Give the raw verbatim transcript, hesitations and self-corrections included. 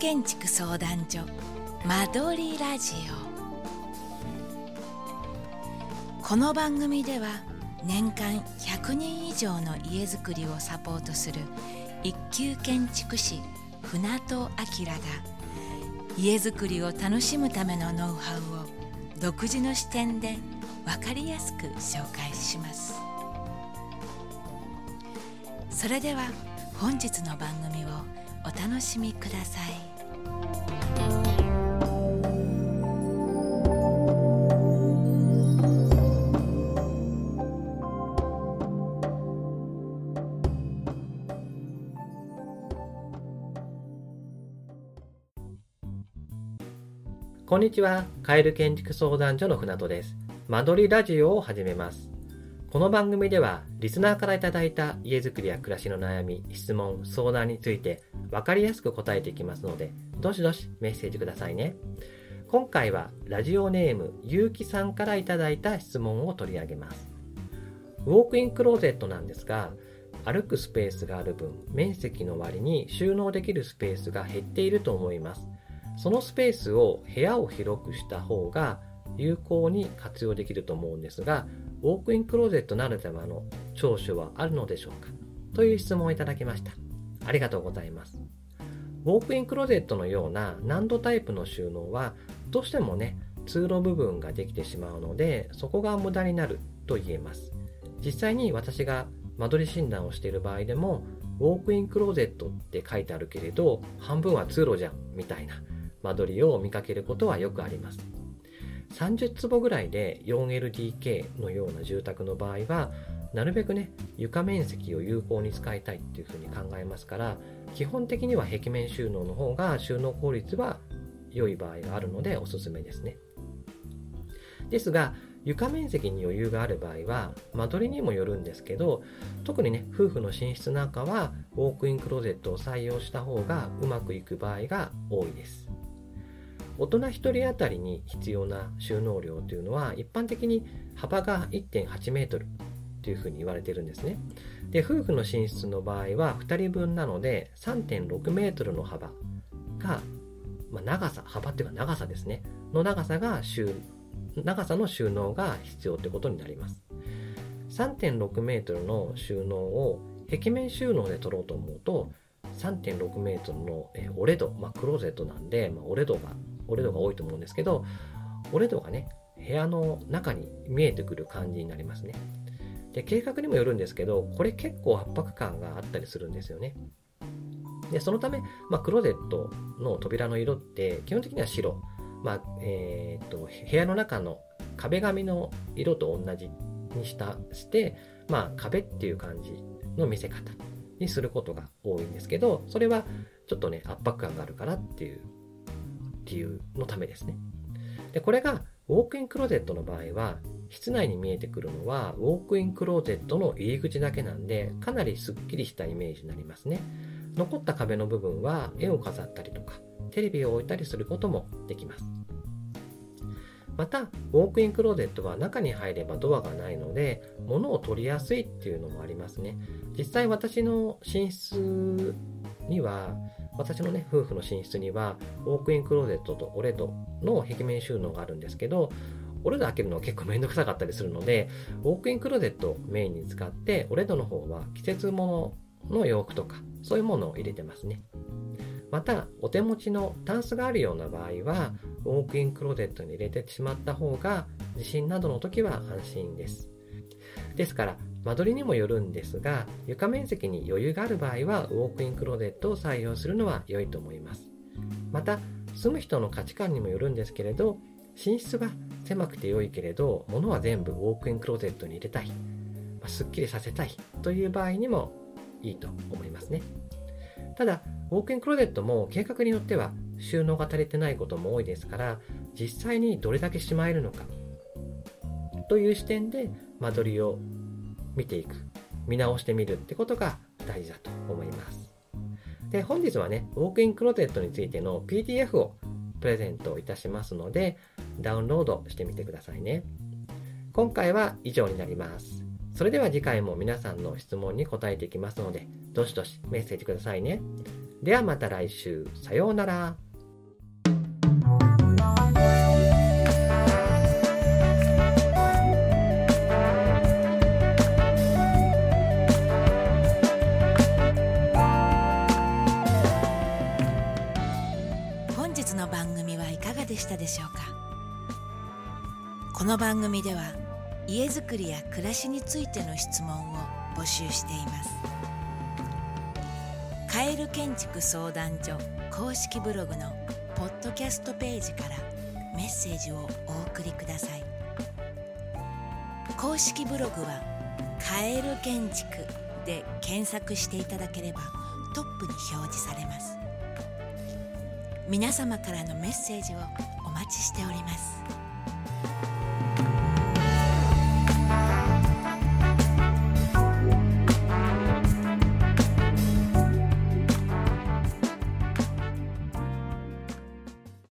建築相談所間取りラジオ。この番組では年間ひゃくにん以上の家づくりをサポートする一級建築士船戸明が家づくりを楽しむためのノウハウを独自の視点で分かりやすく紹介します。それでは本日の番組をお楽しみください。 こんにちは、カエル建築相談所の船戸です。間取りラジオを始めます。この番組ではリスナーからいただいた家づくりや暮らしの悩み、質問、相談について分かりやすく答えていきますので、どしどしメッセージくださいね。今回はラジオネームゆうきさんからいただいた質問を取り上げます。ウォークインクローゼットなんですが、歩くスペースがある分、面積の割に収納できるスペースが減っていると思います。そのスペースを部屋を広くした方が有効に活用できると思うんですが、ウォークインクローゼットならではの長所はあるのでしょうか、という質問をいただきました。ありがとうございます。ウォークインクローゼットのような難度タイプの収納はどうしてもね、通路部分ができてしまうので、そこが無駄になると言えます。実際に私が間取り診断をしている場合でも、ウォークインクローゼットって書いてあるけれど、半分は通路じゃんみたいな間取りを見かけることはよくあります。さんじゅうつぼぐらいで よんエルディーケー のような住宅の場合は、なるべくね、床面積を有効に使いたいっていうふうに考えますから、基本的には壁面収納の方が収納効率は良い場合があるのでおすすめですね。ですが、床面積に余裕がある場合は間取りにもよるんですけど、特にね、夫婦の寝室なんかはウォークインクローゼットを採用した方がうまくいく場合が多いです。大人ひとり当たりに必要な収納量というのは、一般的に幅が いってんはちメートルというふうに言われているんですね。で、夫婦の寝室の場合はふたりぶんなので さんてんろくメートルの幅が、まあ、長さ、幅っていうか長さですね、の長さが収長さの収納が必要ということになります。 さんてんろくメートルの収納を壁面収納で取ろうと思うと、 さんてんろくメートルの折れ戸、まあ、クローゼットなんで、まあ、折れ戸が折れ戸が多いと思うんですけど、折れ戸がね、部屋の中に見えてくる感じになりますね。で、計画にもよるんですけど、これ結構圧迫感があったりするんですよね。で、そのため、まあ、クローゼットの扉の色って基本的には白、まあえー、と部屋の中の壁紙の色と同じにしたして、まあ、壁っていう感じの見せ方にすることが多いんですけど、それはちょっとね、圧迫感があるからっていう理由のためですね。で、これがウォークインクローゼットの場合は、室内に見えてくるのはウォークインクローゼットの入り口だけなんで、かなりスッキリしたイメージになりますね。残った壁の部分は絵を飾ったりとかテレビを置いたりすることもできます。また、ウォークインクローゼットは中に入ればドアがないので、物を取りやすいっていうのもありますね。実際私の寝室には、私のね、夫婦の寝室にはウォークインクローゼットと折れ戸の壁面収納があるんですけど、折れ戸開けるのは結構めんどくさかったりするので、ウォークインクローゼットをメインに使って、折れ戸の方は季節物の洋服とかそういうものを入れてますね。また、お手持ちのタンスがあるような場合は、ウォークインクローゼットに入れてしまった方が地震などの時は安心です。ですから、間取りにもよるんですが、床面積に余裕がある場合はウォークインクローゼットを採用するのは良いと思います。また、住む人の価値観にもよるんですけれど、寝室は狭くて良いけれど、物は全部ウォークインクローゼットに入れたい、まあ、すっきりさせたいという場合にもいいと思いますね。ただ、ウォークインクローゼットも計画によっては収納が足りてないことも多いですから、実際にどれだけしまえるのかという視点で間取りを見ていく、見直してみるってことが大事だと思います。で、本日はね、ウォークインクローゼットについての ピーディーエフ をプレゼントいたしますので、ダウンロードしてみてくださいね。今回は以上になります。それでは次回も皆さんの質問に答えていきますので、どしどしメッセージくださいね。 ではまた来週。さようなら。 本日の番組はいかがでしたでしょうか。この番組では家づくりや暮らしについての質問を募集しています。カエル建築相談所公式ブログのポッドキャストページからメッセージをお送りください。公式ブログはカエル建築で検索していただければトップに表示されます。皆様からのメッセージをお待ちしております。